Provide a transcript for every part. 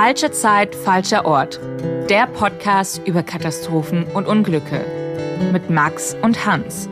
Falsche Zeit, falscher Ort. Der Podcast über Katastrophen und Unglücke. Mit Max und Hans.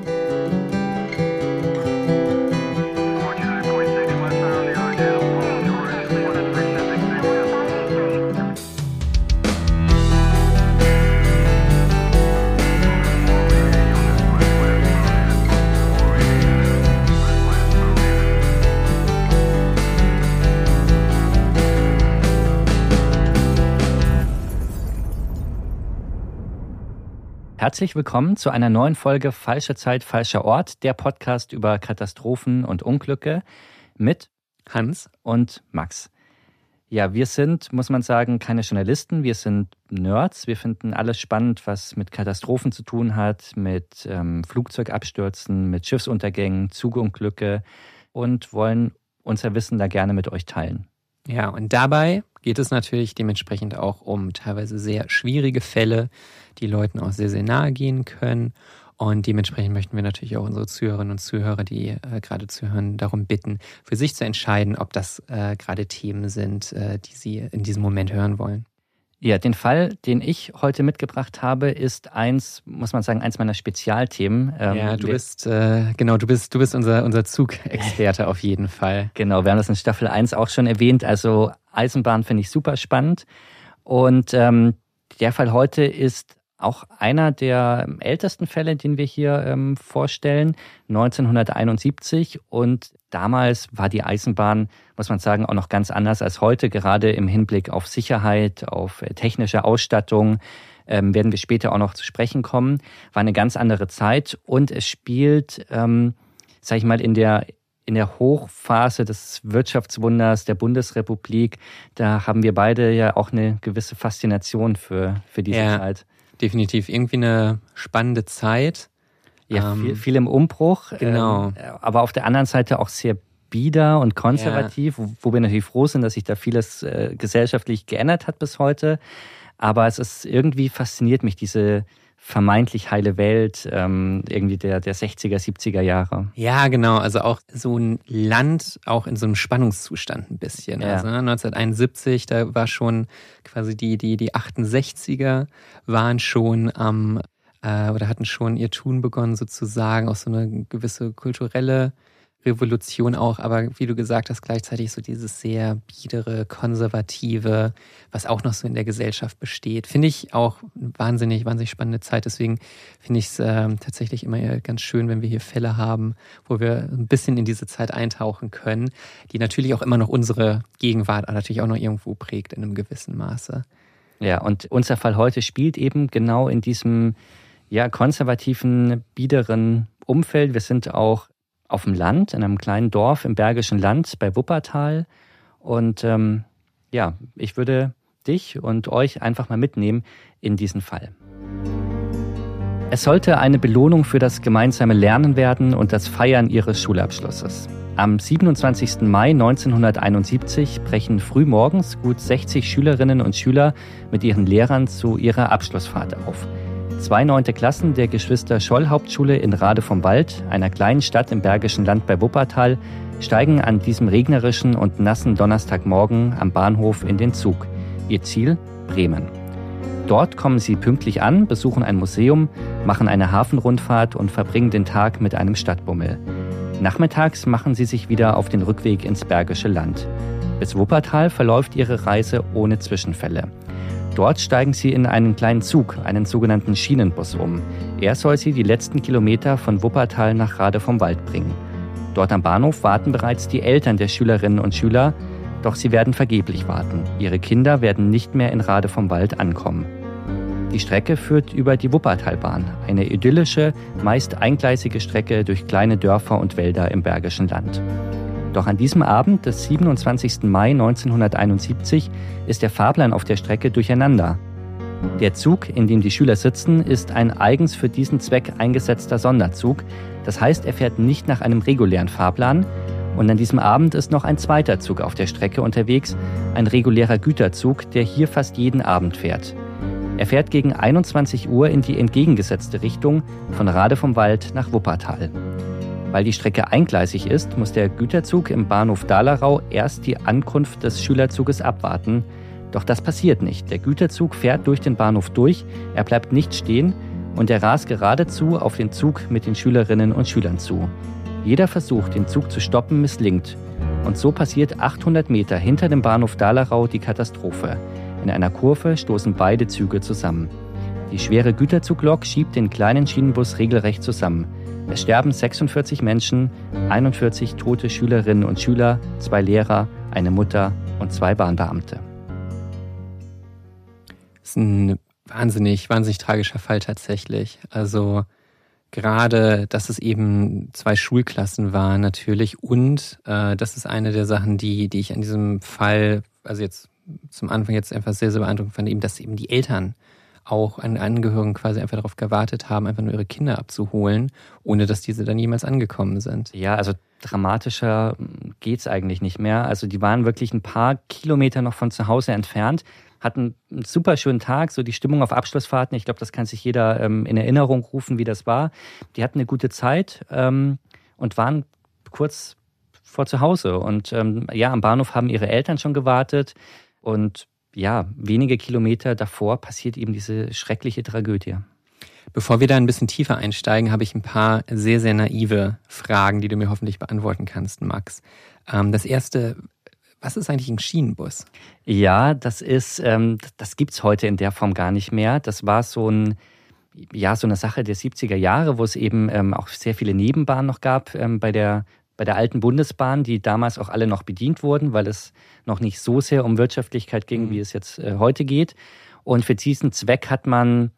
Herzlich willkommen zu einer neuen Folge Falsche Zeit, falscher Ort, der Podcast über Katastrophen und Unglücke mit Hans und Max. Ja, wir sind, muss man sagen, keine Journalisten, wir sind Nerds. Wir finden alles spannend, was mit Katastrophen zu tun hat, mit Flugzeugabstürzen, mit Schiffsuntergängen, Zugunglücke und wollen unser Wissen da gerne mit euch teilen. Ja, und dabei geht es natürlich dementsprechend auch um teilweise sehr schwierige Fälle, die Leuten auch sehr, sehr nahe gehen können. Und dementsprechend möchten wir natürlich auch unsere Zuhörerinnen und Zuhörer, die gerade zuhören, darum bitten, für sich zu entscheiden, ob das gerade Themen sind, die sie in diesem Moment hören wollen. Ja, den Fall, den ich heute mitgebracht habe, ist eins meiner Spezialthemen. Ja, du bist unser Zugexperte auf jeden Fall. Genau, wir haben das in Staffel 1 auch schon erwähnt. Also Eisenbahn finde ich super spannend. Und der Fall heute ist auch einer der ältesten Fälle, den wir hier vorstellen, 1971. Und damals war die Eisenbahn, muss man sagen, auch noch ganz anders als heute, gerade im Hinblick auf Sicherheit, auf technische Ausstattung. Werden wir später auch noch zu sprechen kommen. War eine ganz andere Zeit und es spielt, sag ich mal, in der Hochphase des Wirtschaftswunders der Bundesrepublik. Da haben wir beide ja auch eine gewisse Faszination für diese Zeit. Definitiv irgendwie eine spannende Zeit. Ja, viel im Umbruch. Genau. Aber auf der anderen Seite auch sehr bieder und konservativ, wo wir natürlich froh sind, dass sich da vieles gesellschaftlich geändert hat bis heute. Aber es ist irgendwie fasziniert mich diese vermeintlich heile Welt irgendwie der 60er, 70er Jahre. Ja, genau. Also auch so ein Land auch in so einem Spannungszustand ein bisschen. Ja. Also 1971, da war schon quasi die 68er waren schon oder hatten schon ihr Tun begonnen sozusagen, auch so eine gewisse kulturelle Revolution auch, aber wie du gesagt hast, gleichzeitig so dieses sehr biedere, konservative, was auch noch so in der Gesellschaft besteht. Finde ich auch wahnsinnig spannende Zeit. Deswegen finde ich es tatsächlich immer ganz schön, wenn wir hier Fälle haben, wo wir ein bisschen in diese Zeit eintauchen können, die natürlich auch immer noch unsere Gegenwart natürlich auch noch irgendwo prägt in einem gewissen Maße. Ja, und unser Fall heute spielt eben genau in diesem konservativen, biederen Umfeld. Wir sind auch auf dem Land, in einem kleinen Dorf im Bergischen Land bei Wuppertal. Und ich würde dich und euch einfach mal mitnehmen in diesen Fall. Es sollte eine Belohnung für das gemeinsame Lernen werden und das Feiern ihres Schulabschlusses. Am 27. Mai 1971 brechen frühmorgens gut 60 Schülerinnen und Schüler mit ihren Lehrern zu ihrer Abschlussfahrt auf. 2 9. Klassen der Geschwister Scholl-Hauptschule in Rade vom Wald, einer kleinen Stadt im Bergischen Land bei Wuppertal, steigen an diesem regnerischen und nassen Donnerstagmorgen am Bahnhof in den Zug. Ihr Ziel? Bremen. Dort kommen sie pünktlich an, besuchen ein Museum, machen eine Hafenrundfahrt und verbringen den Tag mit einem Stadtbummel. Nachmittags machen sie sich wieder auf den Rückweg ins Bergische Land. Bis Wuppertal verläuft ihre Reise ohne Zwischenfälle. Dort steigen sie in einen kleinen Zug, einen sogenannten Schienenbus um. Er soll sie die letzten Kilometer von Wuppertal nach Rade vom Wald bringen. Dort am Bahnhof warten bereits die Eltern der Schülerinnen und Schüler, doch sie werden vergeblich warten. Ihre Kinder werden nicht mehr in Rade vom Wald ankommen. Die Strecke führt über die Wuppertalbahn, eine idyllische, meist eingleisige Strecke durch kleine Dörfer und Wälder im Bergischen Land. Doch an diesem Abend des 27. Mai 1971 ist der Fahrplan auf der Strecke durcheinander. Der Zug, in dem die Schüler sitzen, ist ein eigens für diesen Zweck eingesetzter Sonderzug. Das heißt, er fährt nicht nach einem regulären Fahrplan. Und an diesem Abend ist noch ein zweiter Zug auf der Strecke unterwegs, ein regulärer Güterzug, der hier fast jeden Abend fährt. Er fährt gegen 21 Uhr in die entgegengesetzte Richtung von Rade vom Wald nach Wuppertal. Weil die Strecke eingleisig ist, muss der Güterzug im Bahnhof Dahlerau erst die Ankunft des Schülerzuges abwarten. Doch das passiert nicht. Der Güterzug fährt durch den Bahnhof durch, er bleibt nicht stehen und er rast geradezu auf den Zug mit den Schülerinnen und Schülern zu. Jeder Versuch, den Zug zu stoppen, misslingt. Und so passiert 800 Meter hinter dem Bahnhof Dahlerau die Katastrophe. In einer Kurve stoßen beide Züge zusammen. Die schwere Güterzuglok schiebt den kleinen Schienenbus regelrecht zusammen. Es sterben 46 Menschen, 41 tote Schülerinnen und Schüler, 2 Lehrer, eine Mutter und 2 Bahnbeamte. Das ist ein wahnsinnig tragischer Fall tatsächlich. Also gerade, dass es eben 2 Schulklassen waren natürlich und das ist eine der Sachen, die ich an diesem Fall, also jetzt zum Anfang jetzt einfach sehr, sehr beeindruckend fand, eben, dass eben die Eltern auch an Angehörigen quasi einfach darauf gewartet haben, einfach nur ihre Kinder abzuholen, ohne dass diese dann jemals angekommen sind. Ja, also dramatischer geht's eigentlich nicht mehr. Also die waren wirklich ein paar Kilometer noch von zu Hause entfernt, hatten einen super schönen Tag, so die Stimmung auf Abschlussfahrten. Ich glaube, das kann sich jeder in Erinnerung rufen, wie das war. Die hatten eine gute Zeit und waren kurz vor zu Hause. Und am Bahnhof haben ihre Eltern schon gewartet und ja, wenige Kilometer davor passiert eben diese schreckliche Tragödie. Bevor wir da ein bisschen tiefer einsteigen, habe ich ein paar sehr, sehr naive Fragen, die du mir hoffentlich beantworten kannst, Max. Das erste, was ist eigentlich ein Schienenbus? Ja, das gibt's heute in der Form gar nicht mehr. Das war so eine Sache der 70er Jahre, wo es eben auch sehr viele Nebenbahnen noch gab bei der alten Bundesbahn, die damals auch alle noch bedient wurden, weil es noch nicht so sehr um Wirtschaftlichkeit ging, wie es jetzt heute geht. Und für diesen Zweck hat man,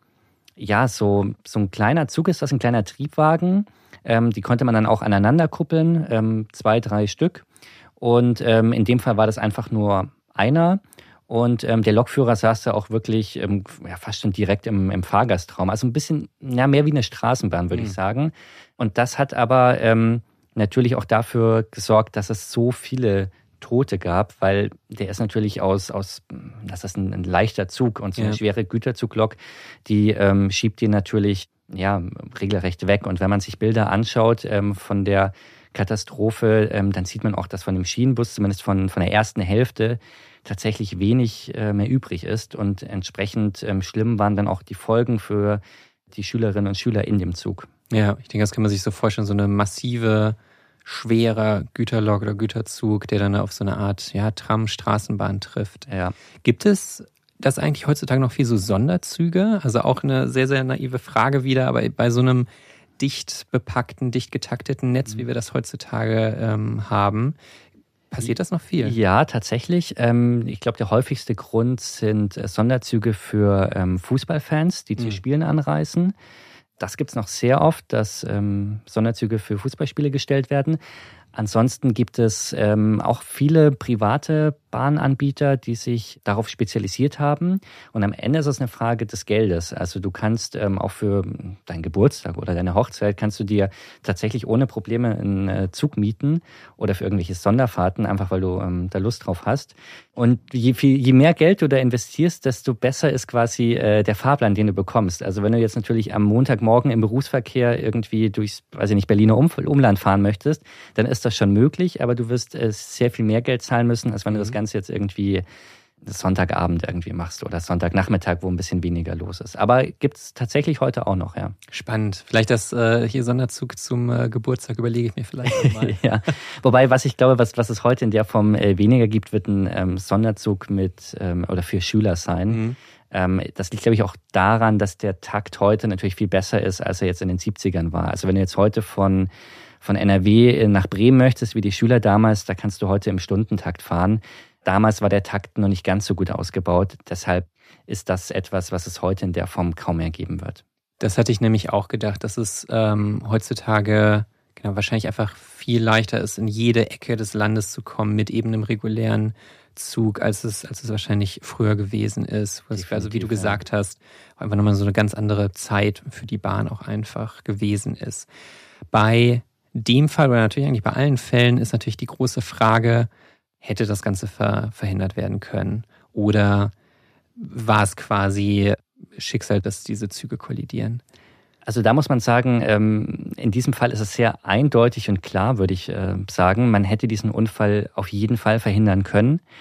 so ein kleiner Zug ist das, ein kleiner Triebwagen. Die konnte man dann auch aneinander kuppeln, 2, 3 Stück. Und in dem Fall war das einfach nur einer. Und der Lokführer saß da auch wirklich fast schon direkt im Fahrgastraum. Also ein bisschen mehr wie eine Straßenbahn, würde ich sagen. Und das hat aber natürlich auch dafür gesorgt, dass es so viele Tote gab, weil der ist natürlich das ist ein leichter Zug und so eine schwere Güterzuglok, die schiebt die natürlich regelrecht weg. Und wenn man sich Bilder anschaut von der Katastrophe, dann sieht man auch, dass von dem Schienenbus, zumindest von der ersten Hälfte, tatsächlich wenig mehr übrig ist. Und entsprechend schlimm waren dann auch die Folgen für die Schülerinnen und Schüler in dem Zug. Ja, ich denke, das kann man sich so vorstellen, so eine massive, schwerer Güterlok oder Güterzug, der dann auf so eine Art Tram, Straßenbahn trifft. Ja. Gibt es das eigentlich heutzutage noch viel so Sonderzüge? Also auch eine sehr, sehr naive Frage wieder, aber bei so einem dicht bepackten, dicht getakteten Netz, wie wir das heutzutage haben, passiert das noch viel? Ja, tatsächlich. Ich glaube, der häufigste Grund sind Sonderzüge für Fußballfans, die zu Spielen anreisen. Das gibt's noch sehr oft, dass Sonderzüge für Fußballspiele gestellt werden. Ansonsten gibt es auch viele private Bahnanbieter, die sich darauf spezialisiert haben. Und am Ende ist es eine Frage des Geldes. Also du kannst auch für deinen Geburtstag oder deine Hochzeit kannst du dir tatsächlich ohne Probleme einen Zug mieten oder für irgendwelche Sonderfahrten, einfach weil du da Lust drauf hast. Und je mehr Geld du da investierst, desto besser ist quasi der Fahrplan, den du bekommst. Also wenn du jetzt natürlich am Montagmorgen im Berufsverkehr irgendwie durchs, Berliner Umland fahren möchtest, dann ist das schon möglich, aber du wirst sehr viel mehr Geld zahlen müssen, als wenn du das Ganze jetzt irgendwie Sonntagabend irgendwie machst oder Sonntagnachmittag, wo ein bisschen weniger los ist. Aber gibt's tatsächlich heute auch noch, ja. Spannend. Vielleicht das hier Sonderzug zum Geburtstag überlege ich mir vielleicht nochmal. Ja, wobei, was ich glaube, was es heute in der Form weniger gibt, wird ein Sonderzug mit oder für Schüler sein. Das liegt, glaube ich, auch daran, dass der Takt heute natürlich viel besser ist, als er jetzt in den 70ern war. Also wenn du jetzt heute von NRW nach Bremen möchtest, wie die Schüler damals, da kannst du heute im Stundentakt fahren. Damals war der Takt noch nicht ganz so gut ausgebaut. Deshalb ist das etwas, was es heute in der Form kaum mehr geben wird. Das hatte ich nämlich auch gedacht, dass es heutzutage wahrscheinlich einfach viel leichter ist, in jede Ecke des Landes zu kommen mit eben einem regulären Zug, als es wahrscheinlich früher gewesen ist. Also wie du gesagt hast, einfach nochmal so eine ganz andere Zeit für die Bahn auch einfach gewesen ist. Bei dem Fall oder natürlich eigentlich bei allen Fällen ist natürlich die große Frage, hätte das Ganze verhindert werden können? Oder war es quasi Schicksal, dass diese Züge kollidieren? Also da muss man sagen, in diesem Fall ist es sehr eindeutig und klar, würde ich sagen. Man hätte diesen Unfall auf jeden Fall verhindern können.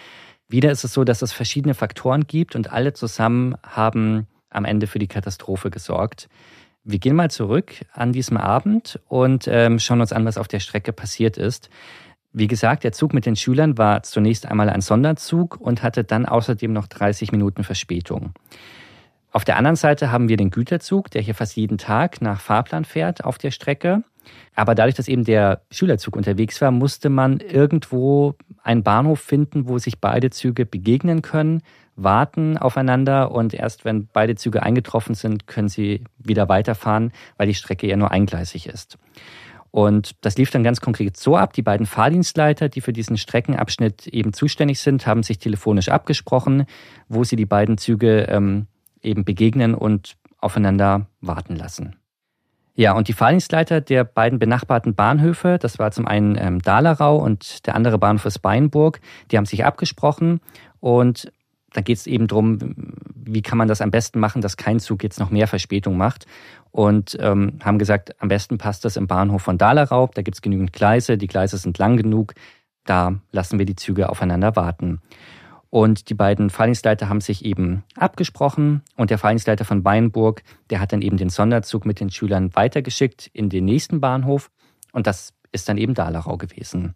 Wieder ist es so, dass es verschiedene Faktoren gibt und alle zusammen haben am Ende für die Katastrophe gesorgt. Wir gehen mal zurück an diesem Abend und schauen uns an, was auf der Strecke passiert ist. Wie gesagt, der Zug mit den Schülern war zunächst einmal ein Sonderzug und hatte dann außerdem noch 30 Minuten Verspätung. Auf der anderen Seite haben wir den Güterzug, der hier fast jeden Tag nach Fahrplan fährt auf der Strecke. Aber dadurch, dass eben der Schülerzug unterwegs war, musste man irgendwo einen Bahnhof finden, wo sich beide Züge begegnen können, warten aufeinander und erst wenn beide Züge eingetroffen sind, können sie wieder weiterfahren, weil die Strecke ja nur eingleisig ist. Und das lief dann ganz konkret so ab. Die beiden Fahrdienstleiter, die für diesen Streckenabschnitt eben zuständig sind, haben sich telefonisch abgesprochen, wo sie die beiden Züge eben begegnen und aufeinander warten lassen. Ja, und die Fahrdienstleiter der beiden benachbarten Bahnhöfe, das war zum einen Dahlerau und der andere Bahnhof ist Beinburg, die haben sich abgesprochen und da geht es eben darum, wie kann man das am besten machen, dass kein Zug jetzt noch mehr Verspätung macht und haben gesagt, am besten passt das im Bahnhof von Dahlerau, da gibt es genügend Gleise, die Gleise sind lang genug, da lassen wir die Züge aufeinander warten. Und die beiden Fahrdienstleiter haben sich eben abgesprochen und der Fahrdienstleiter von Beinburg, der hat dann eben den Sonderzug mit den Schülern weitergeschickt in den nächsten Bahnhof und das ist dann eben Dahlerau gewesen.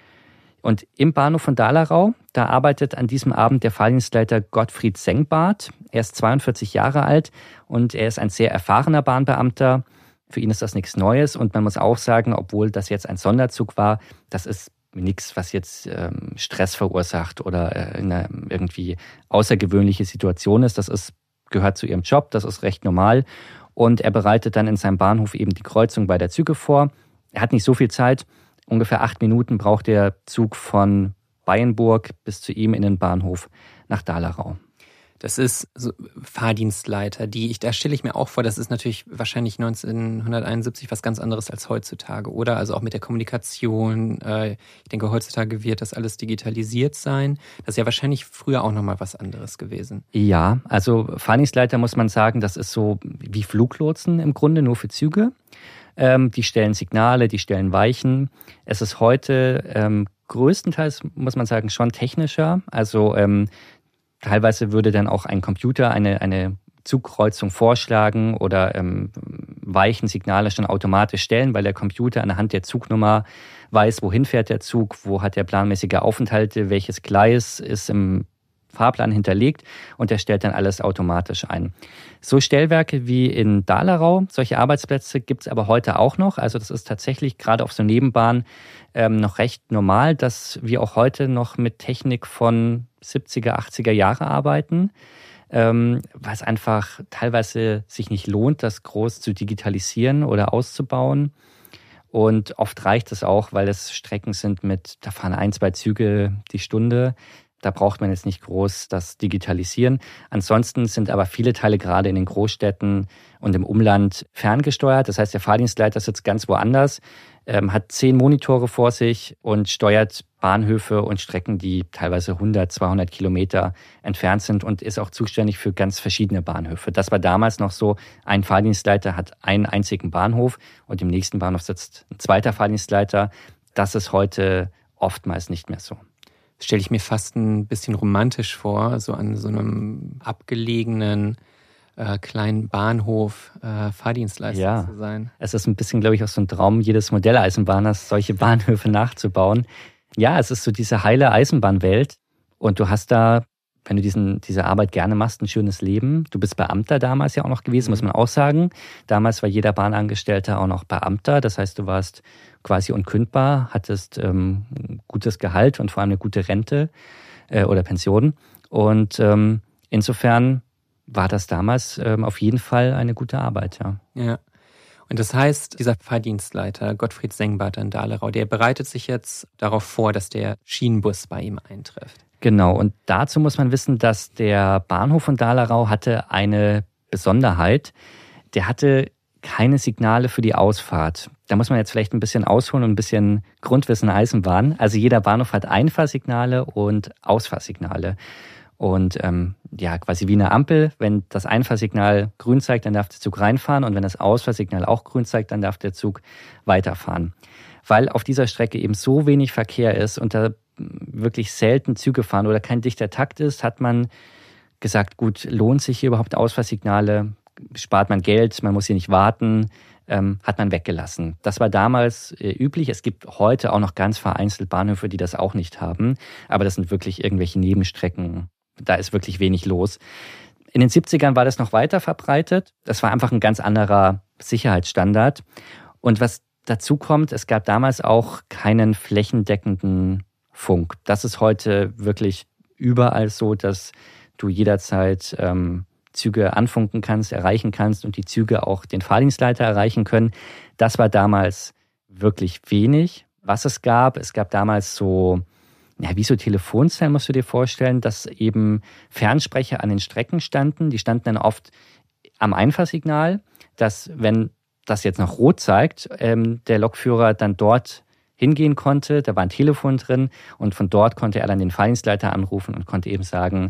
Und im Bahnhof von Dahlerau, da arbeitet an diesem Abend der Fahrdienstleiter Gottfried Sengbart. Er ist 42 Jahre alt und er ist ein sehr erfahrener Bahnbeamter. Für ihn ist das nichts Neues und man muss auch sagen, obwohl das jetzt ein Sonderzug war, das ist nichts, was jetzt Stress verursacht oder eine irgendwie außergewöhnliche Situation ist. Das gehört zu ihrem Job, das ist recht normal. Und er bereitet dann in seinem Bahnhof eben die Kreuzung beider Züge vor. Er hat nicht so viel Zeit. Ungefähr 8 Minuten braucht der Zug von Beinburg bis zu ihm in den Bahnhof nach Dahlerau. Das ist so Fahrdienstleiter, da stelle ich mir auch vor, das ist natürlich wahrscheinlich 1971 was ganz anderes als heutzutage, oder? Also auch mit der Kommunikation. Ich denke, heutzutage wird das alles digitalisiert sein. Das ist ja wahrscheinlich früher auch nochmal was anderes gewesen. Ja, also Fahrdienstleiter muss man sagen, das ist so wie Fluglotsen im Grunde, nur für Züge. Die stellen Signale, die stellen Weichen. Es ist heute größtenteils, muss man sagen, schon technischer. Also teilweise würde dann auch ein Computer eine Zugkreuzung vorschlagen oder Weichensignale schon automatisch stellen, weil der Computer anhand der Zugnummer weiß, wohin fährt der Zug, wo hat der planmäßige Aufenthalte, welches Gleis ist im Fahrplan hinterlegt und der stellt dann alles automatisch ein. So Stellwerke wie in Dahlerau, solche Arbeitsplätze gibt es aber heute auch noch. Also das ist tatsächlich gerade auf so Nebenbahnen noch recht normal, dass wir auch heute noch mit Technik von 70er, 80er Jahre arbeiten, weil es einfach teilweise sich nicht lohnt, das groß zu digitalisieren oder auszubauen. Und oft reicht es auch, weil es Strecken sind da fahren 1, 2 Züge die Stunde. Da braucht man jetzt nicht groß das Digitalisieren. Ansonsten sind aber viele Teile gerade in den Großstädten und im Umland ferngesteuert. Das heißt, der Fahrdienstleiter sitzt ganz woanders, hat 10 Monitore vor sich und steuert Bahnhöfe und Strecken, die teilweise 100, 200 Kilometer entfernt sind und ist auch zuständig für ganz verschiedene Bahnhöfe. Das war damals noch so, ein Fahrdienstleiter hat einen einzigen Bahnhof und im nächsten Bahnhof sitzt ein zweiter Fahrdienstleiter. Das ist heute oftmals nicht mehr so. Stelle ich mir fast ein bisschen romantisch vor, so an so einem abgelegenen kleinen Bahnhof Fahrdienstleister zu sein. Es ist ein bisschen, glaube ich, auch so ein Traum jedes Modelleisenbahners, solche Bahnhöfe nachzubauen. Ja, es ist so diese heile Eisenbahnwelt und du hast da, wenn du diese Arbeit gerne machst, ein schönes Leben. Du bist Beamter damals ja auch noch gewesen, muss man auch sagen. Damals war jeder Bahnangestellter auch noch Beamter, das heißt, du warst quasi unkündbar, hattest gutes Gehalt und vor allem eine gute Rente oder Pension. Und insofern war das damals auf jeden Fall eine gute Arbeit, ja. Ja. Und das heißt, dieser Fahrdienstleiter Gottfried Sengbart in Dahlerau, der bereitet sich jetzt darauf vor, dass der Schienenbus bei ihm eintrifft. Genau, und dazu muss man wissen, dass der Bahnhof von Dahlerau hatte eine Besonderheit. Der hatte keine Signale für die Ausfahrt. Da muss man jetzt vielleicht ein bisschen ausholen und ein bisschen Grundwissen Eisenbahn. Also jeder Bahnhof hat Einfahrsignale und Ausfahrsignale. Und quasi wie eine Ampel, wenn das Einfahrsignal grün zeigt, dann darf der Zug reinfahren und wenn das Ausfahrsignal auch grün zeigt, dann darf der Zug weiterfahren. Weil auf dieser Strecke eben so wenig Verkehr ist und da wirklich selten Züge fahren oder kein dichter Takt ist, hat man gesagt, gut, lohnt sich hier überhaupt Ausfallsignale? Spart man Geld, man muss hier nicht warten, hat man weggelassen. Das war damals üblich. Es gibt heute auch noch ganz vereinzelt Bahnhöfe, die das auch nicht haben. Aber das sind wirklich irgendwelche Nebenstrecken. Da ist wirklich wenig los. In den 70ern war das noch weiter verbreitet. Das war einfach ein ganz anderer Sicherheitsstandard. Und was dazu kommt, es gab damals auch keinen flächendeckenden Funk. Das ist heute wirklich überall so, dass du jederzeit Züge anfunken kannst, erreichen kannst und die Züge auch den Fahrdienstleiter erreichen können. Das war damals wirklich wenig. Was es gab damals so, wie so Telefonzellen, musst du dir vorstellen, dass eben Fernsprecher an den Strecken standen. Die standen dann oft am Einfahrsignal, dass, wenn das jetzt noch rot zeigt, der Lokführer dann dort hingehen konnte. Da war ein Telefon drin und von dort konnte er dann den Fahrdienstleiter anrufen und konnte eben sagen,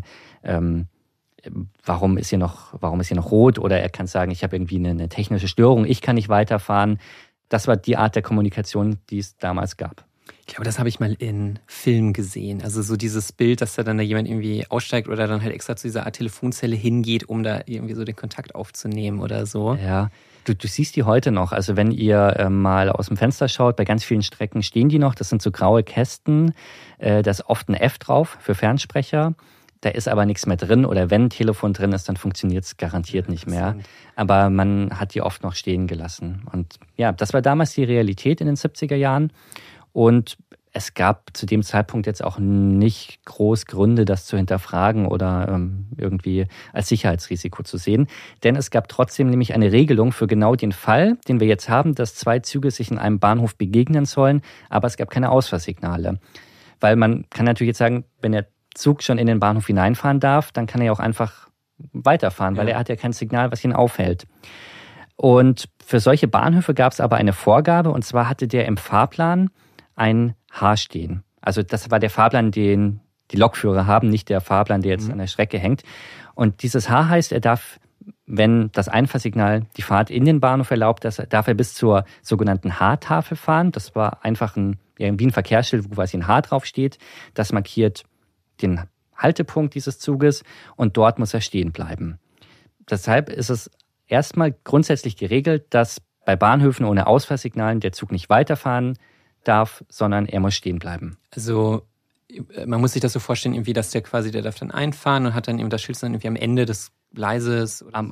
warum ist hier noch rot, oder er kann sagen, ich habe irgendwie eine technische Störung, ich kann nicht weiterfahren. Das war die Art der Kommunikation, die es damals gab. Ich glaube, das habe ich mal in Filmen gesehen. Also so dieses Bild, dass da dann da jemand irgendwie aussteigt oder dann halt extra zu dieser Art Telefonzelle hingeht, um da irgendwie so den Kontakt aufzunehmen oder so. Ja, du siehst die heute noch. Also wenn ihr mal aus dem Fenster schaut, bei ganz vielen Strecken stehen die noch. Das sind so graue Kästen. Da ist oft ein F drauf für Fernsprecher. Da ist aber nichts mehr drin, oder wenn ein Telefon drin ist, dann funktioniert es garantiert nicht mehr. Aber man hat die oft noch stehen gelassen. Und ja, das war damals die Realität in den 70er Jahren. Und es gab zu dem Zeitpunkt jetzt auch nicht groß Gründe, das zu hinterfragen oder irgendwie als Sicherheitsrisiko zu sehen. Denn es gab trotzdem nämlich eine Regelung für genau den Fall, den wir jetzt haben, dass zwei Züge sich in einem Bahnhof begegnen sollen, aber es gab keine Ausfallsignale. Weil man kann natürlich jetzt sagen, wenn der Zug schon in den Bahnhof hineinfahren darf, dann kann er ja auch einfach weiterfahren, weil er hat ja kein Signal, was ihn aufhält. Und für solche Bahnhöfe gab es aber eine Vorgabe, und zwar hatte der im Fahrplan ein H stehen. Also das war der Fahrplan, den die Lokführer haben, nicht der Fahrplan, der jetzt an der Strecke hängt. Und dieses H heißt, er darf, wenn das Einfahrsignal die Fahrt in den Bahnhof erlaubt, darf er bis zur sogenannten H-Tafel fahren. Das war einfach wie ein Verkehrsschild, wo quasi ein H drauf steht. Das markiert den Haltepunkt dieses Zuges und dort muss er stehen bleiben. Deshalb ist es erstmal grundsätzlich geregelt, dass bei Bahnhöfen ohne Ausfallsignalen der Zug nicht weiterfahren darf, sondern er muss stehen bleiben. Also man muss sich das so vorstellen, irgendwie, dass der darf dann einfahren und hat dann eben das Schild dann irgendwie am Ende des Gleises. Oder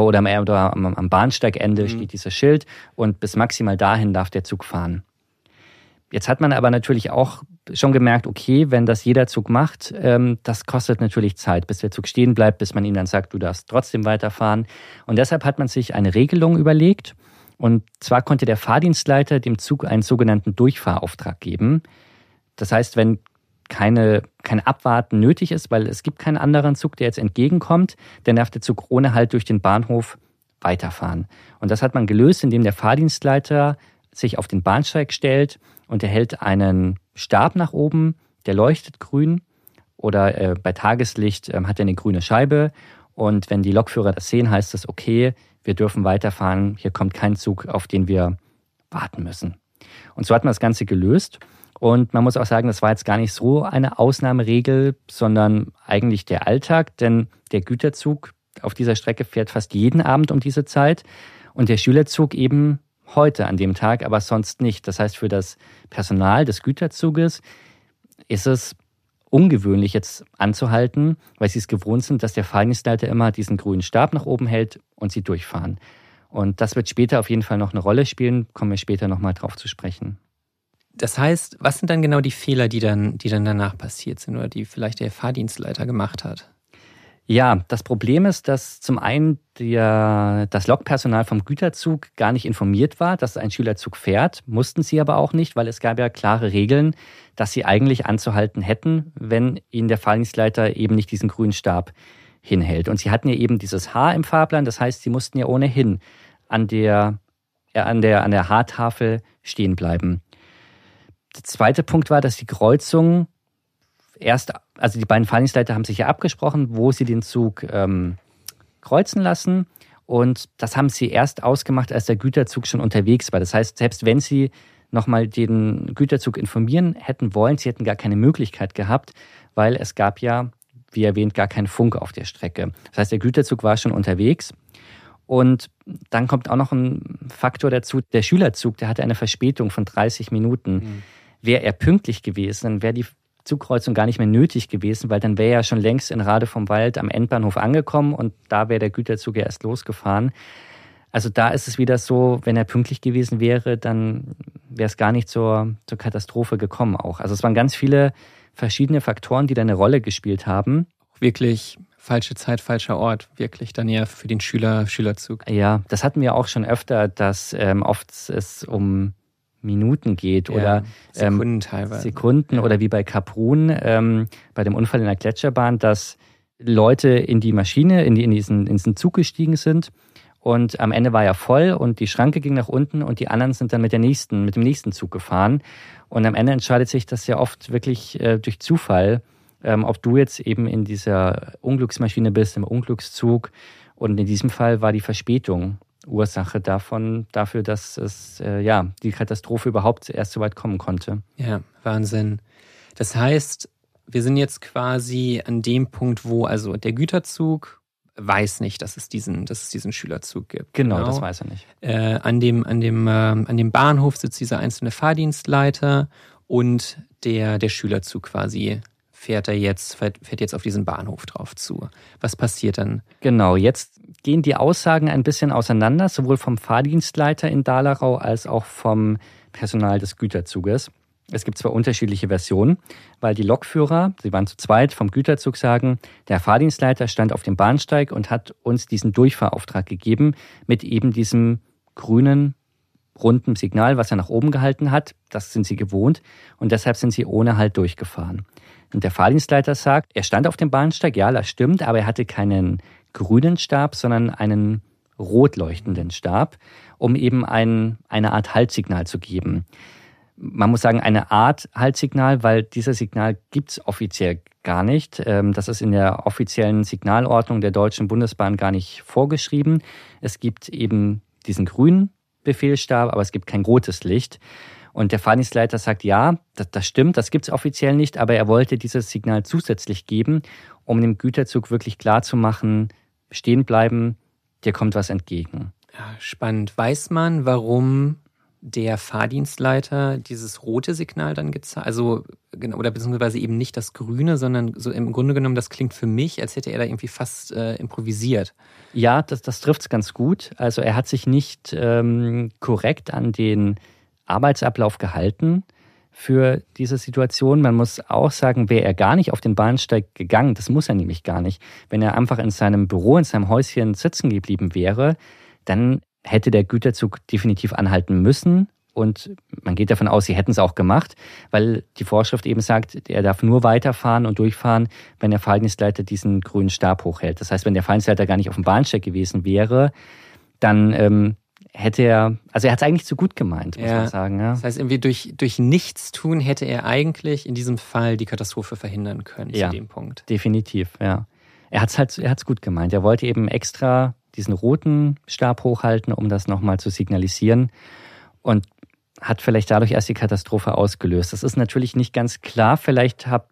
am Bahnsteigende steht dieses Schild und bis maximal dahin darf der Zug fahren. Jetzt hat man aber natürlich auch schon gemerkt, okay, wenn das jeder Zug macht, das kostet natürlich Zeit, bis der Zug stehen bleibt, bis man ihm dann sagt, du darfst trotzdem weiterfahren. Und deshalb hat man sich eine Regelung überlegt. Und zwar konnte der Fahrdienstleiter dem Zug einen sogenannten Durchfahrauftrag geben. Das heißt, wenn kein Abwarten nötig ist, weil es gibt keinen anderen Zug, der jetzt entgegenkommt, dann darf der Zug ohne Halt durch den Bahnhof weiterfahren. Und das hat man gelöst, indem der Fahrdienstleiter sich auf den Bahnsteig stellt und er hält einen Stab nach oben, der leuchtet grün, oder bei Tageslicht hat er eine grüne Scheibe, und wenn die Lokführer das sehen, heißt es, okay, wir dürfen weiterfahren, hier kommt kein Zug, auf den wir warten müssen. Und so hat man das Ganze gelöst, und man muss auch sagen, das war jetzt gar nicht so eine Ausnahmeregel, sondern eigentlich der Alltag, denn der Güterzug auf dieser Strecke fährt fast jeden Abend um diese Zeit und der Schülerzug eben heute an dem Tag, aber sonst nicht. Das heißt, für das Personal des Güterzuges ist es ungewöhnlich jetzt anzuhalten, weil sie es gewohnt sind, dass der Fahrdienstleiter immer diesen grünen Stab nach oben hält und sie durchfahren. Und das wird später auf jeden Fall noch eine Rolle spielen, kommen wir später nochmal drauf zu sprechen. Das heißt, was sind dann genau die Fehler, die dann danach passiert sind oder die vielleicht der Fahrdienstleiter gemacht hat? Ja, das Problem ist, dass zum einen das Lokpersonal vom Güterzug gar nicht informiert war, dass ein Schülerzug fährt, mussten sie aber auch nicht, weil es gab ja klare Regeln, dass sie eigentlich anzuhalten hätten, wenn ihnen der Fahrdienstleiter eben nicht diesen grünen Stab hinhält. Und sie hatten ja eben dieses H im Fahrplan, das heißt, sie mussten ja ohnehin an der H-Tafel stehen bleiben. Der zweite Punkt war, dass die Kreuzung also die beiden Fahrdienstleiter haben sich ja abgesprochen, wo sie den Zug kreuzen lassen. Und das haben sie erst ausgemacht, als der Güterzug schon unterwegs war. Das heißt, selbst wenn sie nochmal den Güterzug informieren hätten wollen. Sie hätten gar keine Möglichkeit gehabt, weil es gab ja, wie erwähnt, gar keinen Funk auf der Strecke. Das heißt, der Güterzug war schon unterwegs. Und dann kommt auch noch ein Faktor dazu, der Schülerzug, der hatte eine Verspätung von 30 Minuten. Wäre er pünktlich gewesen, dann wäre die Zugkreuzung gar nicht mehr nötig gewesen, weil dann wäre er schon längst in Rade vom Wald am Endbahnhof angekommen und da wäre der Güterzug ja erst losgefahren. Also da ist es wieder so, wenn er pünktlich gewesen wäre, dann wäre es gar nicht zur Katastrophe gekommen auch. Also es waren ganz viele verschiedene Faktoren, die da eine Rolle gespielt haben. Wirklich falsche Zeit, falscher Ort, wirklich dann eher für den Schülerzug. Ja, das hatten wir auch schon öfter, dass oft es um Minuten geht oder Sekunden teilweise. Sekunden oder wie bei Kaprun, bei dem Unfall in der Gletscherbahn, dass Leute in die Maschine, in diesen Zug gestiegen sind und am Ende war er voll und die Schranke ging nach unten und die anderen sind dann mit dem nächsten Zug gefahren. Und am Ende entscheidet sich das ja oft wirklich durch Zufall, ob du jetzt eben in dieser Unglücksmaschine bist, im Unglückszug. Und in diesem Fall war die Verspätung Ursache dafür, dass es die Katastrophe überhaupt erst so weit kommen konnte. Ja, Wahnsinn. Das heißt, wir sind jetzt quasi an dem Punkt, wo also der Güterzug weiß nicht, dass es diesen Schülerzug gibt. Genau, das weiß er nicht. An dem Bahnhof sitzt dieser einzelne Fahrdienstleiter und der Schülerzug quasi fährt jetzt auf diesen Bahnhof drauf zu. Was passiert dann? Genau, jetzt gehen die Aussagen ein bisschen auseinander, sowohl vom Fahrdienstleiter in Dalarau als auch vom Personal des Güterzuges. Es gibt zwar unterschiedliche Versionen, weil die Lokführer, sie waren zu zweit, vom Güterzug sagen, der Fahrdienstleiter stand auf dem Bahnsteig und hat uns diesen Durchfahrauftrag gegeben mit eben diesem grünen, runden Signal, was er nach oben gehalten hat. Das sind sie gewohnt und deshalb sind sie ohne Halt durchgefahren. Und der Fahrdienstleiter sagt, er stand auf dem Bahnsteig, ja, das stimmt, aber er hatte keinen grünen Stab, sondern einen rot leuchtenden Stab, um eben eine Art Haltsignal zu geben. Man muss sagen, eine Art Haltsignal, weil dieses Signal gibt es offiziell gar nicht. Das ist in der offiziellen Signalordnung der Deutschen Bundesbahn gar nicht vorgeschrieben. Es gibt eben diesen grünen Befehlsstab, aber es gibt kein rotes Licht. Und der Fahrdienstleiter sagt, ja, das stimmt, das gibt es offiziell nicht, aber er wollte dieses Signal zusätzlich geben, um dem Güterzug wirklich klarzumachen, stehen bleiben, dir kommt was entgegen. Ja, spannend. Weiß man, warum der Fahrdienstleiter dieses rote Signal dann gezeigt, oder beziehungsweise eben nicht das grüne, sondern so im Grunde genommen, das klingt für mich, als hätte er da irgendwie fast improvisiert. Ja, das trifft es ganz gut. Also er hat sich nicht korrekt an den Arbeitsablauf gehalten für diese Situation. Man muss auch sagen, wäre er gar nicht auf den Bahnsteig gegangen, das muss er nämlich gar nicht. Wenn er einfach in seinem Büro, in seinem Häuschen sitzen geblieben wäre, dann hätte der Güterzug definitiv anhalten müssen. Und man geht davon aus, sie hätten es auch gemacht, weil die Vorschrift eben sagt, er darf nur weiterfahren und durchfahren, wenn der Fahrdienstleiter diesen grünen Stab hochhält. Das heißt, wenn der Fahrdienstleiter gar nicht auf dem Bahnsteig gewesen wäre, dann er hat es eigentlich zu gut gemeint, muss man sagen. Ja. Das heißt, irgendwie durch Nichtstun hätte er eigentlich in diesem Fall die Katastrophe verhindern können, zu dem Punkt. Definitiv, ja. Er hat's gut gemeint. Er wollte eben extra diesen roten Stab hochhalten, um das nochmal zu signalisieren und hat vielleicht dadurch erst die Katastrophe ausgelöst. Das ist natürlich nicht ganz klar. Vielleicht hat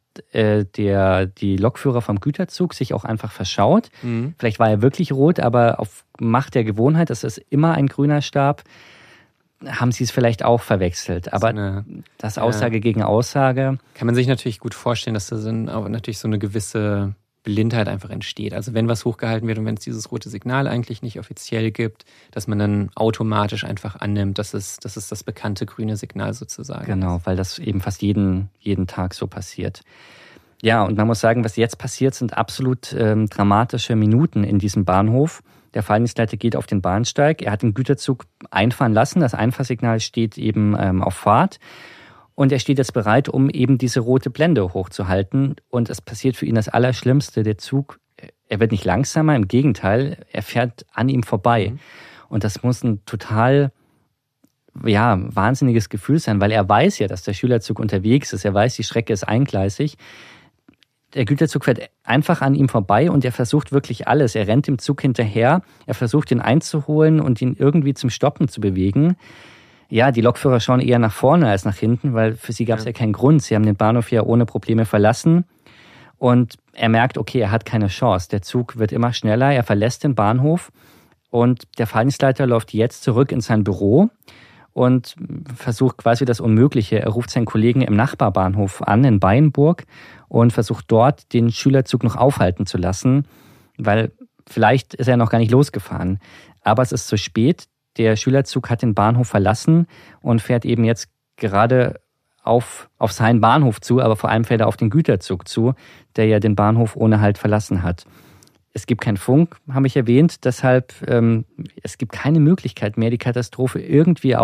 die Lokführer vom Güterzug sich auch einfach verschaut. Mhm. Vielleicht war er wirklich rot, aber auf Macht der Gewohnheit, das ist immer ein grüner Stab, haben sie es vielleicht auch verwechselt. Aber das Aussage gegen Aussage. Kann man sich natürlich gut vorstellen, dass da auch natürlich so eine gewisse Blindheit einfach entsteht. Also wenn was hochgehalten wird und wenn es dieses rote Signal eigentlich nicht offiziell gibt, dass man dann automatisch einfach annimmt, dass es das bekannte grüne Signal sozusagen Genau, weil das eben fast jeden Tag so passiert. Ja, und man muss sagen, was jetzt passiert, sind absolut dramatische Minuten in diesem Bahnhof. Der Fahrdienstleiter geht auf den Bahnsteig, er hat den Güterzug einfahren lassen, das Einfahrsignal steht eben auf Fahrt. Und er steht jetzt bereit, um eben diese rote Blende hochzuhalten. Und es passiert für ihn das Allerschlimmste. Der Zug, er wird nicht langsamer, im Gegenteil, er fährt an ihm vorbei. Mhm. Und das muss ein total wahnsinniges Gefühl sein, weil er weiß ja, dass der Schülerzug unterwegs ist. Er weiß, die Strecke ist eingleisig. Der Güterzug fährt einfach an ihm vorbei und er versucht wirklich alles. Er rennt dem Zug hinterher, er versucht ihn einzuholen und ihn irgendwie zum Stoppen zu bewegen. Ja, die Lokführer schauen eher nach vorne als nach hinten, weil für sie gab es ja keinen Grund. Sie haben den Bahnhof ja ohne Probleme verlassen. Und er merkt, okay, er hat keine Chance. Der Zug wird immer schneller, er verlässt den Bahnhof und der Fahrdienstleiter läuft jetzt zurück in sein Büro und versucht quasi das Unmögliche. Er ruft seinen Kollegen im Nachbarbahnhof an in Beinburg und versucht dort den Schülerzug noch aufhalten zu lassen, weil vielleicht ist er noch gar nicht losgefahren. Aber es ist zu spät. Der Schülerzug hat den Bahnhof verlassen und fährt eben jetzt gerade auf seinen Bahnhof zu, aber vor allem fährt er auf den Güterzug zu, der ja den Bahnhof ohne Halt verlassen hat. Es gibt keinen Funk, habe ich erwähnt, deshalb es gibt keine Möglichkeit mehr, die Katastrophe irgendwie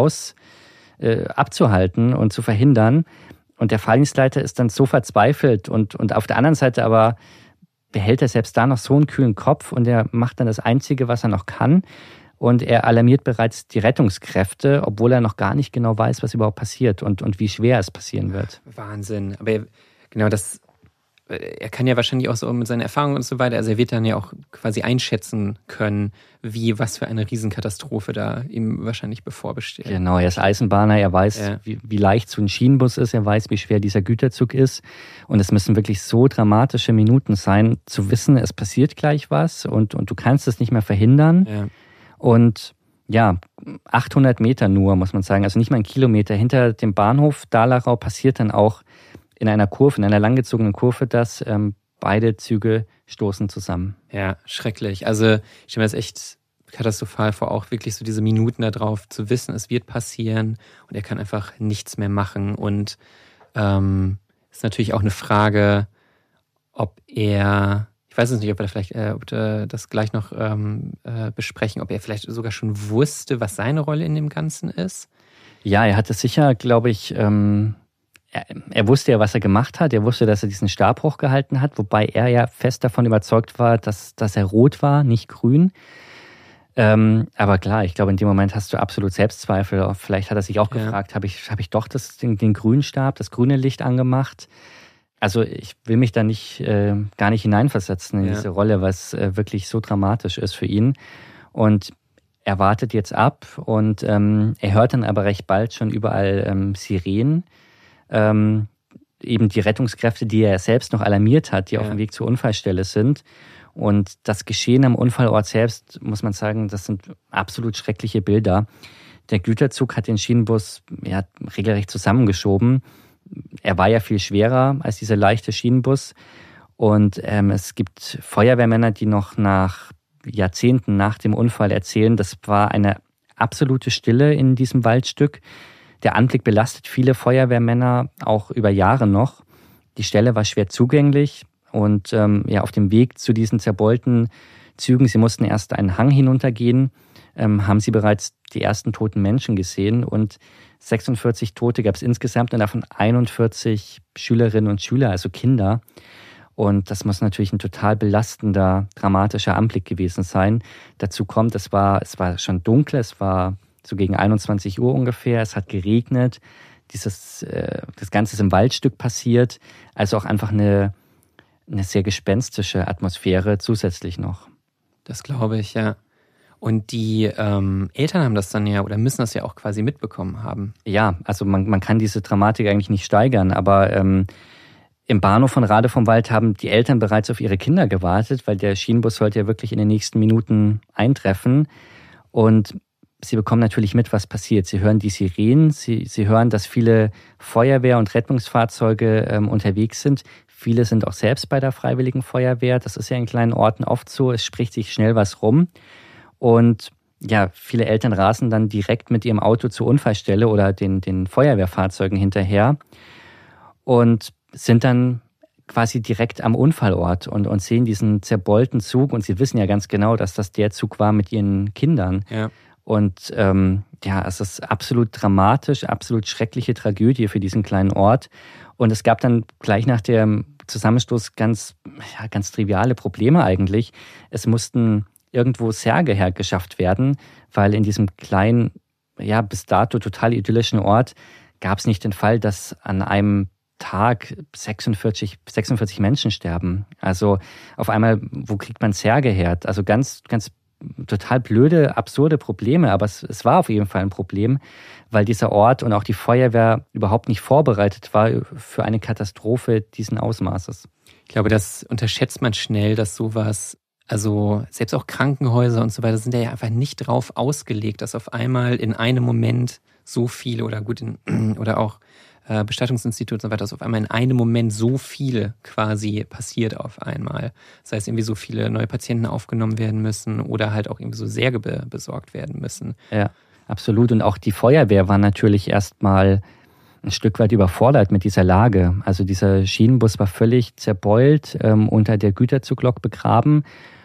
abzuhalten und zu verhindern. Und der Fahrdienstleiter ist dann so verzweifelt und auf der anderen Seite aber behält er selbst da noch so einen kühlen Kopf und er macht dann das Einzige, was er noch kann. Und er alarmiert bereits die Rettungskräfte, obwohl er noch gar nicht genau weiß, was überhaupt passiert und wie schwer es passieren wird. Wahnsinn. Aber er kann ja wahrscheinlich auch so mit seinen Erfahrungen und so weiter, also er wird dann ja auch quasi einschätzen können, was für eine Riesenkatastrophe da ihm wahrscheinlich bevorsteht. Genau, er ist Eisenbahner, er weiß, wie leicht so ein Schienenbus ist, er weiß, wie schwer dieser Güterzug ist. Und es müssen wirklich so dramatische Minuten sein, zu wissen, es passiert gleich was und du kannst es nicht mehr verhindern. Ja. Und ja, 800 Meter nur, muss man sagen, also nicht mal ein Kilometer hinter dem Bahnhof Dalarau passiert dann auch in einer Kurve, in einer langgezogenen Kurve, dass beide Züge stoßen zusammen. Ja, schrecklich. Also ich stelle mir das echt katastrophal vor, auch wirklich so diese Minuten da drauf zu wissen, es wird passieren und er kann einfach nichts mehr machen. Und ist natürlich auch eine Frage, ob er, ich weiß es nicht, ob wir das gleich noch besprechen, ob er vielleicht sogar schon wusste, was seine Rolle in dem Ganzen ist. Ja, er hat es sicher, glaube ich, er wusste ja, was er gemacht hat. Er wusste, dass er diesen Stab hochgehalten hat, wobei er ja fest davon überzeugt war, dass er rot war, nicht grün. Aber klar, ich glaube, in dem Moment hast du absolut Selbstzweifel. Vielleicht hat er sich auch gefragt, habe ich doch den grünen Stab, das grüne Licht angemacht? Also ich will mich da gar nicht hineinversetzen in diese Rolle, was wirklich so dramatisch ist für ihn. Und er wartet jetzt ab und er hört dann aber recht bald schon überall Sirenen. Eben die Rettungskräfte, die er selbst noch alarmiert hat, die auf dem Weg zur Unfallstelle sind. Und das Geschehen am Unfallort selbst, muss man sagen, das sind absolut schreckliche Bilder. Der Güterzug hat den Schienenbus regelrecht zusammengeschoben. Er war ja viel schwerer als dieser leichte Schienenbus. Und es gibt Feuerwehrmänner, die noch nach Jahrzehnten nach dem Unfall erzählen, das war eine absolute Stille in diesem Waldstück. Der Anblick belastet viele Feuerwehrmänner auch über Jahre noch. Die Stelle war schwer zugänglich und auf dem Weg zu diesen zerbeulten Zügen, sie mussten erst einen Hang hinuntergehen, haben sie bereits die ersten toten Menschen gesehen und 46 Tote gab es insgesamt und davon 41 Schülerinnen und Schüler, also Kinder. Und das muss natürlich ein total belastender, dramatischer Anblick gewesen sein. Dazu kommt, es war schon dunkel, es war so gegen 21 Uhr ungefähr, es hat geregnet, das Ganze ist im Waldstück passiert, also auch einfach eine sehr gespenstische Atmosphäre zusätzlich noch. Das glaube ich, ja. Und die Eltern haben das dann ja oder müssen das ja auch quasi mitbekommen haben. Ja, also man kann diese Dramatik eigentlich nicht steigern, aber im Bahnhof von Rade vom Wald haben die Eltern bereits auf ihre Kinder gewartet, weil der Schienenbus sollte ja wirklich in den nächsten Minuten eintreffen und sie bekommen natürlich mit, was passiert. Sie hören die Sirenen, sie hören, dass viele Feuerwehr- und Rettungsfahrzeuge unterwegs sind. Viele sind auch selbst bei der Freiwilligen Feuerwehr. Das ist ja in kleinen Orten oft so. Es spricht sich schnell was rum. Und ja, viele Eltern rasen dann direkt mit ihrem Auto zur Unfallstelle oder den Feuerwehrfahrzeugen hinterher und sind dann quasi direkt am Unfallort und sehen diesen zerbeulten Zug. Und sie wissen ja ganz genau, dass das der Zug war mit ihren Kindern. Ja. Und es ist absolut dramatisch, absolut schreckliche Tragödie für diesen kleinen Ort. Und es gab dann gleich nach dem Zusammenstoß ganz triviale Probleme eigentlich. Es mussten irgendwo Särge hergeschafft werden, weil in diesem kleinen, bis dato total idyllischen Ort gab es nicht den Fall, dass an einem Tag 46 Menschen sterben. Also auf einmal, wo kriegt man Särge her? Also ganz, ganz total blöde, absurde Probleme, aber es war auf jeden Fall ein Problem, weil dieser Ort und auch die Feuerwehr überhaupt nicht vorbereitet war für eine Katastrophe diesen Ausmaßes. Ich glaube, das unterschätzt man schnell, dass sowas, also selbst auch Krankenhäuser und so weiter, sind ja einfach nicht drauf ausgelegt, dass auf einmal in einem Moment so viele oder auch Bestattungsinstitut und so weiter, dass auf einmal in einem Moment so viel quasi passiert auf einmal. Das heißt, irgendwie so viele neue Patienten aufgenommen werden müssen oder halt auch irgendwie so Särge besorgt werden müssen. Ja, absolut. Und auch die Feuerwehr war natürlich erstmal ein Stück weit überfordert mit dieser Lage. Also dieser Schienenbus war völlig zerbeult, unter der Güterzuglok begraben.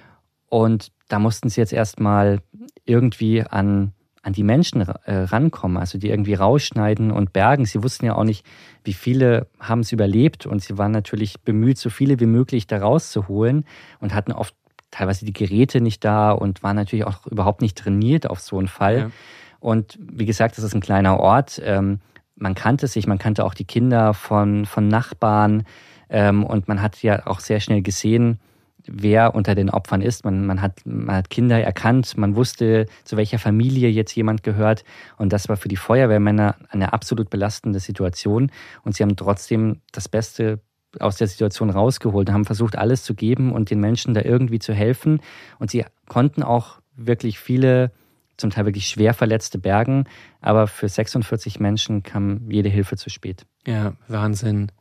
Und da mussten sie jetzt erstmal irgendwie an die Menschen rankommen, also die irgendwie rausschneiden und bergen. Sie wussten ja auch nicht, wie viele haben es überlebt und sie waren natürlich bemüht, so viele wie möglich da rauszuholen und hatten oft teilweise die Geräte nicht da und waren natürlich auch überhaupt nicht trainiert auf so einen Fall. Ja. Und wie gesagt, das ist ein kleiner Ort. Man kannte sich, man kannte auch die Kinder von Nachbarn und man hat ja auch sehr schnell gesehen, wer unter den Opfern ist. Man hat Kinder erkannt, man wusste, zu welcher Familie jetzt jemand gehört. Und das war für die Feuerwehrmänner eine absolut belastende Situation. Und sie haben trotzdem das Beste aus der Situation rausgeholt und haben versucht, alles zu geben und den Menschen da irgendwie zu helfen. Und sie konnten auch wirklich viele, zum Teil wirklich schwer Verletzte bergen. Aber für 46 Menschen kam jede Hilfe zu spät. Ja, Wahnsinn.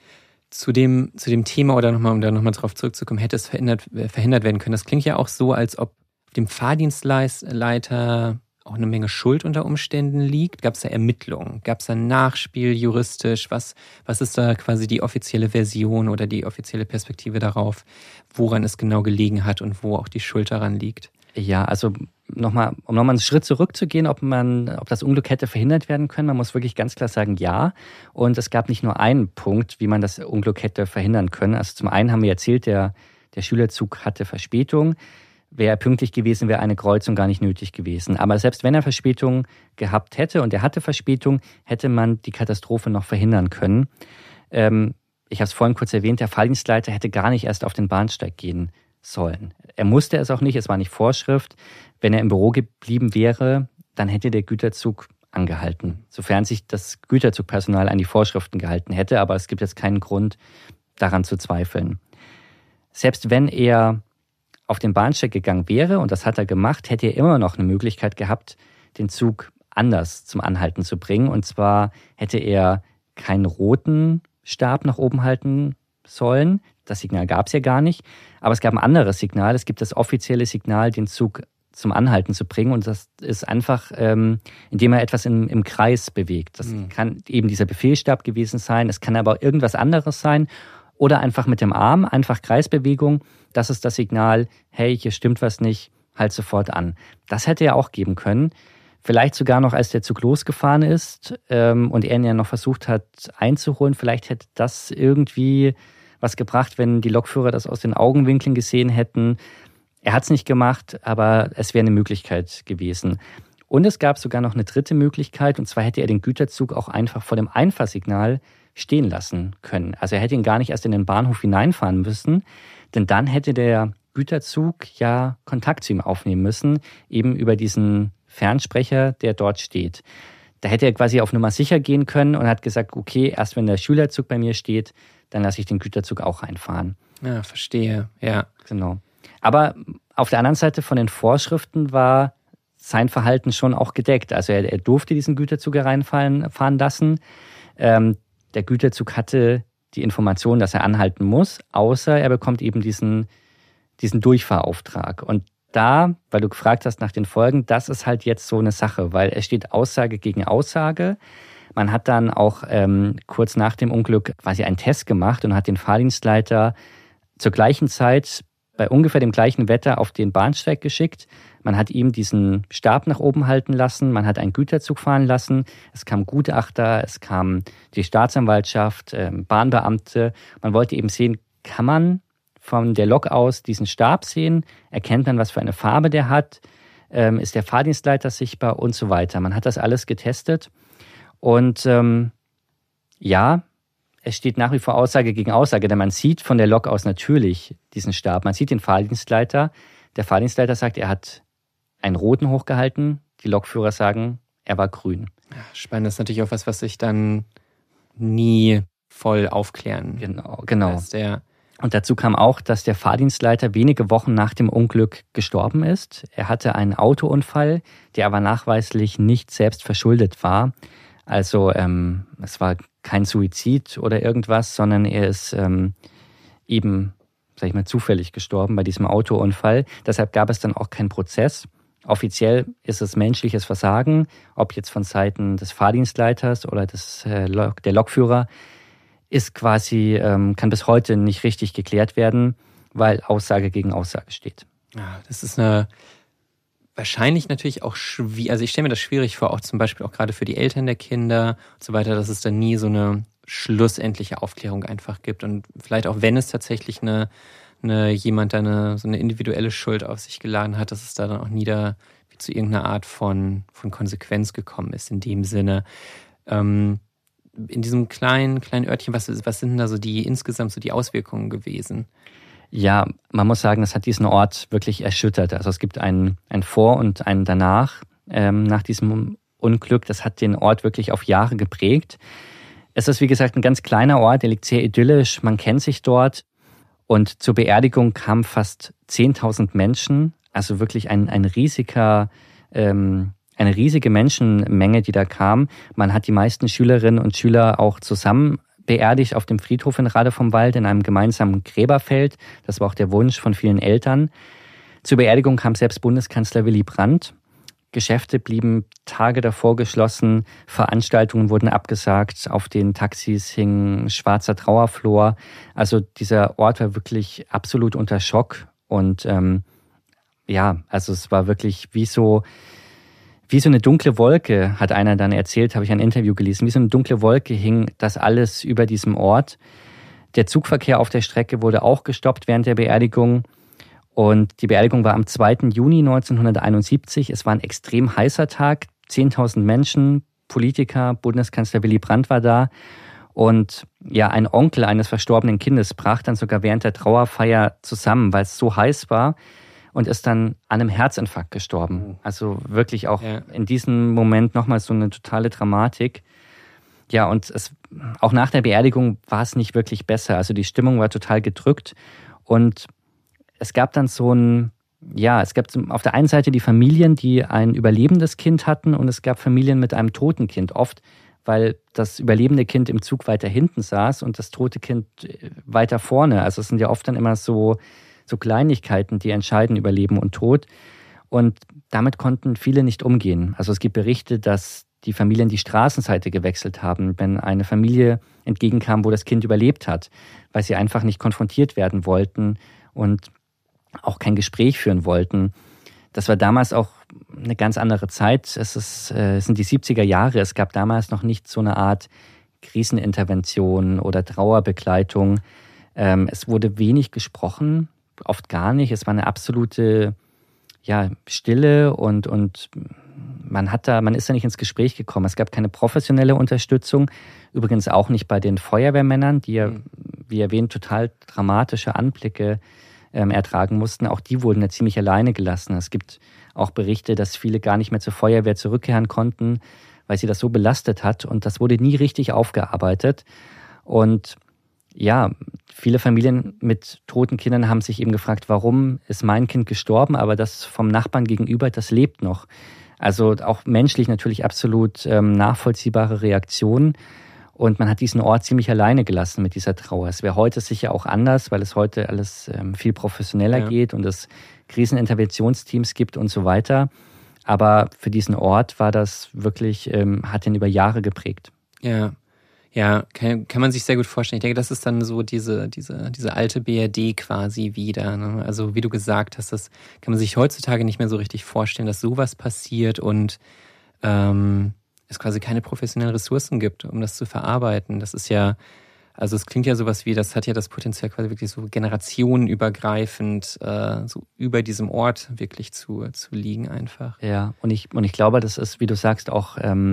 Zu dem Thema oder um da nochmal drauf zurückzukommen, hätte es verhindert werden können. Das klingt ja auch so, als ob dem Fahrdienstleiter auch eine Menge Schuld unter Umständen liegt. Gab es da Ermittlungen? Gab es da ein Nachspiel juristisch? Was ist da quasi die offizielle Version oder die offizielle Perspektive darauf, woran es genau gelegen hat und wo auch die Schuld daran liegt? Ja, also um nochmal einen Schritt zurückzugehen, ob das Unglück hätte verhindert werden können. Man muss wirklich ganz klar sagen, ja. Und es gab nicht nur einen Punkt, wie man das Unglück hätte verhindern können. Also zum einen haben wir erzählt, der Schülerzug hatte Verspätung. Wäre er pünktlich gewesen, wäre eine Kreuzung gar nicht nötig gewesen. Aber selbst wenn er Verspätung gehabt hätte und er hatte Verspätung, hätte man die Katastrophe noch verhindern können. Ich habe es vorhin kurz erwähnt, der Fahrdienstleiter hätte gar nicht erst auf den Bahnsteig gehen sollen. Er musste es auch nicht, es war nicht Vorschrift. Wenn er im Büro geblieben wäre, dann hätte der Güterzug angehalten, sofern sich das Güterzugpersonal an die Vorschriften gehalten hätte. Aber es gibt jetzt keinen Grund, daran zu zweifeln. Selbst wenn er auf den Bahnsteig gegangen wäre, und das hat er gemacht, hätte er immer noch eine Möglichkeit gehabt, den Zug anders zum Anhalten zu bringen. Und zwar hätte er keinen roten Stab nach oben halten sollen. Das Signal gab es ja gar nicht. Aber es gab ein anderes Signal. Es gibt das offizielle Signal, den Zug zum Anhalten zu bringen. Und das ist einfach, indem er etwas im Kreis bewegt. Das kann eben dieser Befehlsstab gewesen sein. Es kann aber auch irgendwas anderes sein. Oder einfach mit dem Arm, einfach Kreisbewegung. Das ist das Signal, hey, hier stimmt was nicht, halt sofort an. Das hätte er auch geben können. Vielleicht sogar noch, als der Zug losgefahren ist und er ihn ja noch versucht hat einzuholen. Vielleicht hätte das irgendwie was gebracht, wenn die Lokführer das aus den Augenwinkeln gesehen hätten. Er hat es nicht gemacht, aber es wäre eine Möglichkeit gewesen. Und es gab sogar noch eine dritte Möglichkeit, und zwar hätte er den Güterzug auch einfach vor dem Einfahrsignal stehen lassen können. Also er hätte ihn gar nicht erst in den Bahnhof hineinfahren müssen, denn dann hätte der Güterzug ja Kontakt zu ihm aufnehmen müssen, eben über diesen Fernsprecher, der dort steht. Da hätte er quasi auf Nummer sicher gehen können und hat gesagt, okay, erst wenn der Schülerzug bei mir steht, dann lasse ich den Güterzug auch reinfahren. Ja, verstehe, ja. Genau. Aber auf der anderen Seite von den Vorschriften war sein Verhalten schon auch gedeckt. Also er durfte diesen Güterzug hereinfahren lassen. Der Güterzug hatte die Information, dass er anhalten muss, außer er bekommt eben diesen Durchfahrauftrag. Und da, weil du gefragt hast nach den Folgen, das ist halt jetzt so eine Sache, weil es steht Aussage gegen Aussage. Man hat dann auch kurz nach dem Unglück quasi einen Test gemacht und hat den Fahrdienstleiter zur gleichen Zeit bei ungefähr dem gleichen Wetter auf den Bahnsteig geschickt. Man hat ihm diesen Stab nach oben halten lassen, man hat einen Güterzug fahren lassen, es kam Gutachter, es kam die Staatsanwaltschaft, Bahnbeamte. Man wollte eben sehen, kann man von der Lok aus diesen Stab sehen, erkennt man, was für eine Farbe der hat, ist der Fahrdienstleiter sichtbar und so weiter. Man hat das alles getestet und ja, es steht nach wie vor Aussage gegen Aussage, denn man sieht von der Lok aus natürlich diesen Stab, man sieht den Fahrdienstleiter, Der Fahrdienstleiter sagt, er hat einen roten hochgehalten. Die Lokführer sagen, er war grün. Ja, spannend, das ist natürlich auch was sich dann nie voll aufklären. Genau. Und dazu kam auch, dass der Fahrdienstleiter wenige Wochen nach dem Unglück gestorben ist. Er hatte einen Autounfall, der aber nachweislich nicht selbst verschuldet war. Also es war kein Suizid oder irgendwas, sondern er ist eben, sag ich mal, zufällig gestorben bei diesem Autounfall. Deshalb gab es dann auch keinen Prozess. Offiziell ist es menschliches Versagen, ob jetzt von Seiten des Fahrdienstleiters oder der Lokführer, ist quasi, kann bis heute nicht richtig geklärt werden, weil Aussage gegen Aussage steht. Ja, das ist wahrscheinlich natürlich auch schwierig, also ich stelle mir das schwierig vor, auch zum Beispiel auch gerade für die Eltern der Kinder und so weiter, dass es dann nie so eine schlussendliche Aufklärung einfach gibt und vielleicht auch wenn es tatsächlich jemand da so eine individuelle Schuld auf sich geladen hat, dass es da dann auch nie da zu irgendeiner Art von Konsequenz gekommen ist in dem Sinne. In diesem kleinen Örtchen, was sind denn da so insgesamt so die Auswirkungen gewesen? Ja, man muss sagen, es hat diesen Ort wirklich erschüttert. Also es gibt ein Vor und ein Danach nach diesem Unglück. Das hat den Ort wirklich auf Jahre geprägt. Es ist, wie gesagt, ein ganz kleiner Ort, der liegt sehr idyllisch. Man kennt sich dort. Und zur Beerdigung kamen fast 10.000 Menschen. Also wirklich eine riesige Menschenmenge, die da kam. Man hat die meisten Schülerinnen und Schüler auch zusammen beerdigt auf dem Friedhof in Rade vom Wald in einem gemeinsamen Gräberfeld. Das war auch der Wunsch von vielen Eltern. Zur Beerdigung kam selbst Bundeskanzler Willy Brandt. Geschäfte blieben Tage davor geschlossen, Veranstaltungen wurden abgesagt, auf den Taxis hing schwarzer Trauerflor. Also dieser Ort war wirklich absolut unter Schock. Und also es war wirklich wie so eine dunkle Wolke, hat einer dann erzählt, habe ich ein Interview gelesen, wie so eine dunkle Wolke hing das alles über diesem Ort. Der Zugverkehr auf der Strecke wurde auch gestoppt während der Beerdigung. Und die Beerdigung war am 2. Juni 1971. Es war ein extrem heißer Tag. 10.000 Menschen, Politiker, Bundeskanzler Willy Brandt war da. Und ja, ein Onkel eines verstorbenen Kindes brach dann sogar während der Trauerfeier zusammen, weil es so heiß war. Und ist dann an einem Herzinfarkt gestorben. Also wirklich auch in diesem Moment nochmal so eine totale Dramatik. Ja, und auch nach der Beerdigung war es nicht wirklich besser. Also die Stimmung war total gedrückt. Und es gab dann es gab auf der einen Seite die Familien, die ein überlebendes Kind hatten und es gab Familien mit einem toten Kind. Oft, weil das überlebende Kind im Zug weiter hinten saß und das tote Kind weiter vorne. Also es sind ja oft dann immer so Kleinigkeiten, die entscheiden über Leben und Tod. Und damit konnten viele nicht umgehen. Also es gibt Berichte, dass die Familien die Straßenseite gewechselt haben, wenn eine Familie entgegenkam, wo das Kind überlebt hat, weil sie einfach nicht konfrontiert werden wollten und auch kein Gespräch führen wollten. Das war damals auch eine ganz andere Zeit. Es sind die 70er Jahre. Es gab damals noch nicht so eine Art Krisenintervention oder Trauerbegleitung. Es wurde wenig gesprochen, oft gar nicht. Es war eine absolute Stille und man ist da nicht ins Gespräch gekommen. Es gab keine professionelle Unterstützung. Übrigens auch nicht bei den Feuerwehrmännern, die ja, wie erwähnt, total dramatische Anblicke ertragen mussten. Auch die wurden ja ziemlich alleine gelassen. Es gibt auch Berichte, dass viele gar nicht mehr zur Feuerwehr zurückkehren konnten, weil sie das so belastet hat. Und das wurde nie richtig aufgearbeitet. Und ja, viele Familien mit toten Kindern haben sich eben gefragt, warum ist mein Kind gestorben, aber das vom Nachbarn gegenüber, das lebt noch. Also auch menschlich natürlich absolut nachvollziehbare Reaktionen. Und man hat diesen Ort ziemlich alleine gelassen mit dieser Trauer. Es wäre heute sicher auch anders, weil es heute alles viel professioneller geht und es Kriseninterventionsteams gibt und so weiter. Aber für diesen Ort war das wirklich, hat ihn über Jahre geprägt. Ja, kann man sich sehr gut vorstellen. Ich denke, das ist dann so diese alte BRD quasi wieder. Ne? Also wie du gesagt hast, das kann man sich heutzutage nicht mehr so richtig vorstellen, dass sowas passiert und es quasi keine professionellen Ressourcen gibt, um das zu verarbeiten. Das ist ja, also es klingt ja sowas wie, das hat ja das Potenzial quasi wirklich so generationenübergreifend so über diesem Ort wirklich zu liegen einfach. Ja, und ich glaube, das ist, wie du sagst, auch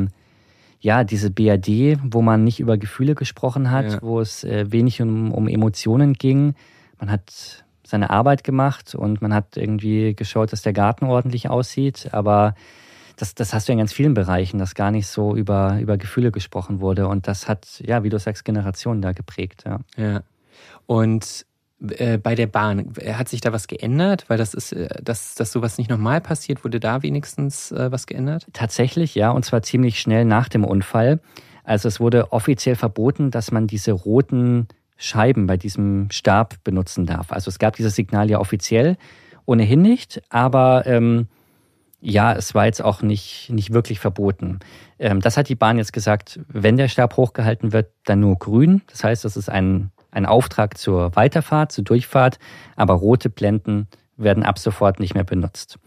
diese BRD, wo man nicht über Gefühle gesprochen hat, wo es wenig um Emotionen ging. Man hat seine Arbeit gemacht und man hat irgendwie geschaut, dass der Garten ordentlich aussieht. Aber das hast du in ganz vielen Bereichen, dass gar nicht so über Gefühle gesprochen wurde. Und das hat, ja, wie du sagst, Generationen da geprägt. Ja. Und bei der Bahn, hat sich da was geändert? Weil dass sowas nicht nochmal passiert, wurde da wenigstens was geändert? Tatsächlich, ja, und zwar ziemlich schnell nach dem Unfall. Also es wurde offiziell verboten, dass man diese roten Scheiben bei diesem Stab benutzen darf. Also es gab dieses Signal ja offiziell ohnehin nicht, aber ja, es war jetzt auch nicht wirklich verboten. Das hat die Bahn jetzt gesagt, wenn der Stab hochgehalten wird, dann nur grün. Das heißt, das ist ein Auftrag zur Weiterfahrt, zur Durchfahrt, aber rote Blenden werden ab sofort nicht mehr benutzt.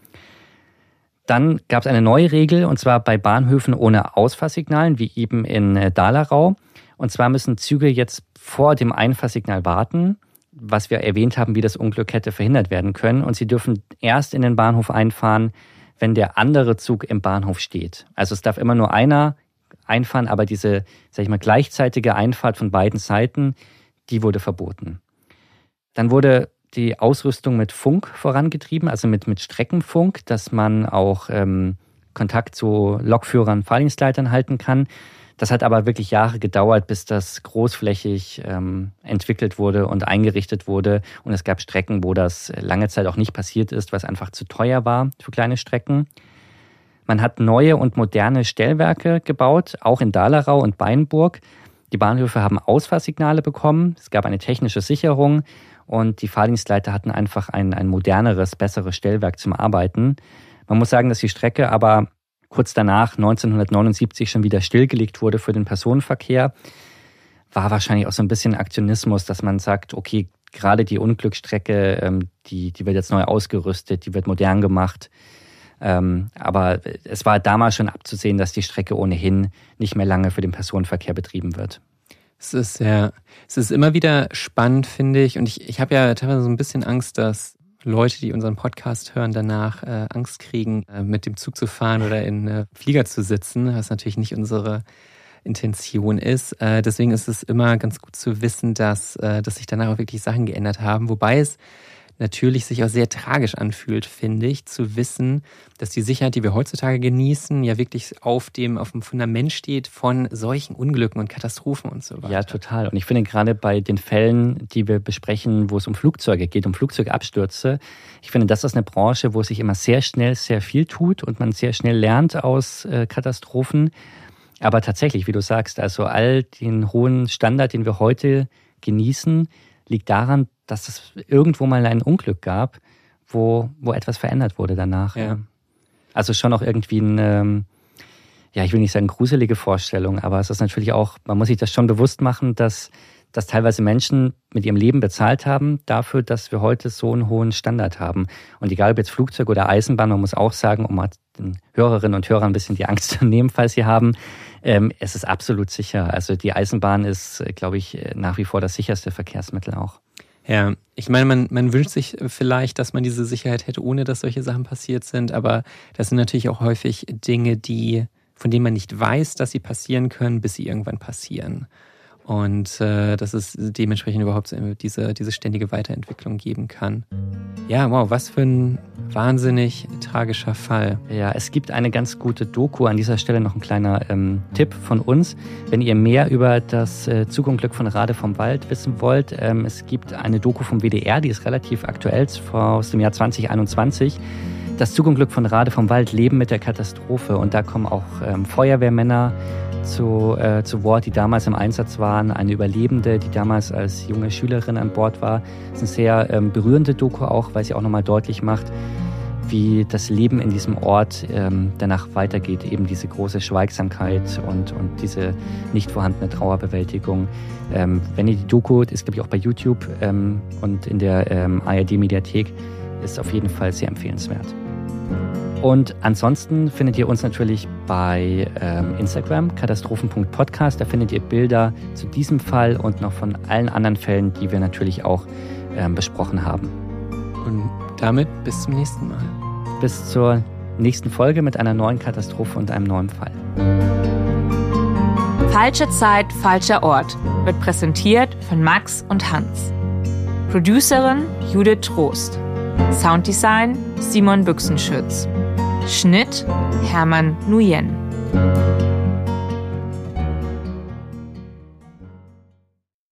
Dann gab es eine neue Regel, und zwar bei Bahnhöfen ohne Ausfahrsignalen, wie eben in Dalarau. Und zwar müssen Züge jetzt vor dem Einfahrsignal warten, was wir erwähnt haben, wie das Unglück hätte verhindert werden können. Und sie dürfen erst in den Bahnhof einfahren, wenn der andere Zug im Bahnhof steht. Also es darf immer nur einer einfahren, aber diese, sag ich mal, gleichzeitige Einfahrt von beiden Seiten, die wurde verboten. Dann wurde die Ausrüstung mit Funk vorangetrieben, also mit Streckenfunk, dass man auch Kontakt zu Lokführern, Fahrdienstleitern halten kann. Das hat aber wirklich Jahre gedauert, bis das großflächig entwickelt wurde und eingerichtet wurde. Und es gab Strecken, wo das lange Zeit auch nicht passiert ist, weil es einfach zu teuer war für kleine Strecken. Man hat neue und moderne Stellwerke gebaut, auch in Dalarau und Beinburg. Die Bahnhöfe haben Ausfahrsignale bekommen, es gab eine technische Sicherung und die Fahrdienstleiter hatten einfach ein moderneres, besseres Stellwerk zum Arbeiten. Man muss sagen, dass die Strecke aber kurz danach, 1979, schon wieder stillgelegt wurde für den Personenverkehr. War wahrscheinlich auch so ein bisschen Aktionismus, dass man sagt, okay, gerade die Unglücksstrecke, die wird jetzt neu ausgerüstet, die wird modern gemacht. Aber es war damals schon abzusehen, dass die Strecke ohnehin nicht mehr lange für den Personenverkehr betrieben wird. Es ist immer wieder spannend, finde ich. Und ich habe ja teilweise so ein bisschen Angst, dass Leute, die unseren Podcast hören, danach Angst kriegen, mit dem Zug zu fahren oder in Flieger zu sitzen, was natürlich nicht unsere Intention ist. Deswegen ist es immer ganz gut zu wissen, dass sich danach auch wirklich Sachen geändert haben. Wobei es natürlich sich auch sehr tragisch anfühlt, finde ich, zu wissen, dass die Sicherheit, die wir heutzutage genießen, ja wirklich auf dem Fundament steht von solchen Unglücken und Katastrophen und so weiter. Ja, total. Und ich finde gerade bei den Fällen, die wir besprechen, wo es um Flugzeuge geht, um Flugzeugabstürze, ich finde, das ist eine Branche, wo sich immer sehr schnell sehr viel tut und man sehr schnell lernt aus Katastrophen. Aber tatsächlich, wie du sagst, also all den hohen Standard, den wir heute genießen, liegt daran, dass es irgendwo mal ein Unglück gab, wo etwas verändert wurde danach. Ja. Also schon auch irgendwie eine, ich will nicht sagen gruselige Vorstellung, aber es ist natürlich auch, man muss sich das schon bewusst machen, dass teilweise Menschen mit ihrem Leben bezahlt haben dafür, dass wir heute so einen hohen Standard haben. Und egal ob jetzt Flugzeug oder Eisenbahn, man muss auch sagen, um den Hörerinnen und Hörern ein bisschen die Angst zu nehmen, falls sie haben, es ist absolut sicher. Also die Eisenbahn ist, glaube ich, nach wie vor das sicherste Verkehrsmittel auch. Ja, ich meine, man wünscht sich vielleicht, dass man diese Sicherheit hätte, ohne dass solche Sachen passiert sind, aber das sind natürlich auch häufig Dinge, von denen man nicht weiß, dass sie passieren können, bis sie irgendwann passieren. Und dass es dementsprechend überhaupt diese ständige Weiterentwicklung geben kann. Ja, wow, was für ein wahnsinnig tragischer Fall. Ja, es gibt eine ganz gute Doku. An dieser Stelle noch ein kleiner Tipp von uns. Wenn ihr mehr über das Zugunglück von Rade vom Wald wissen wollt, es gibt eine Doku vom WDR, die ist relativ aktuell, aus dem Jahr 2021. Das Zugunglück von Rade vom Wald, Leben mit der Katastrophe. Und da kommen auch Feuerwehrmänner zu Wort, die damals im Einsatz waren, eine Überlebende, die damals als junge Schülerin an Bord war. Das ist eine sehr berührende Doku auch, weil sie auch nochmal deutlich macht, wie das Leben in diesem Ort danach weitergeht. Eben diese große Schweigsamkeit und diese nicht vorhandene Trauerbewältigung. Wenn ihr die Doku, das gibt es auch bei YouTube und in der ARD-Mediathek, ist auf jeden Fall sehr empfehlenswert. Und ansonsten findet ihr uns natürlich bei Instagram, katastrophen.podcast. Da findet ihr Bilder zu diesem Fall und noch von allen anderen Fällen, die wir natürlich auch besprochen haben. Und damit bis zum nächsten Mal. Bis zur nächsten Folge mit einer neuen Katastrophe und einem neuen Fall. Falsche Zeit, falscher Ort wird präsentiert von Max und Hans. Producerin Judith Trost. Sounddesign Simon Büchsenschütz. Schnitt Hermann Nguyen.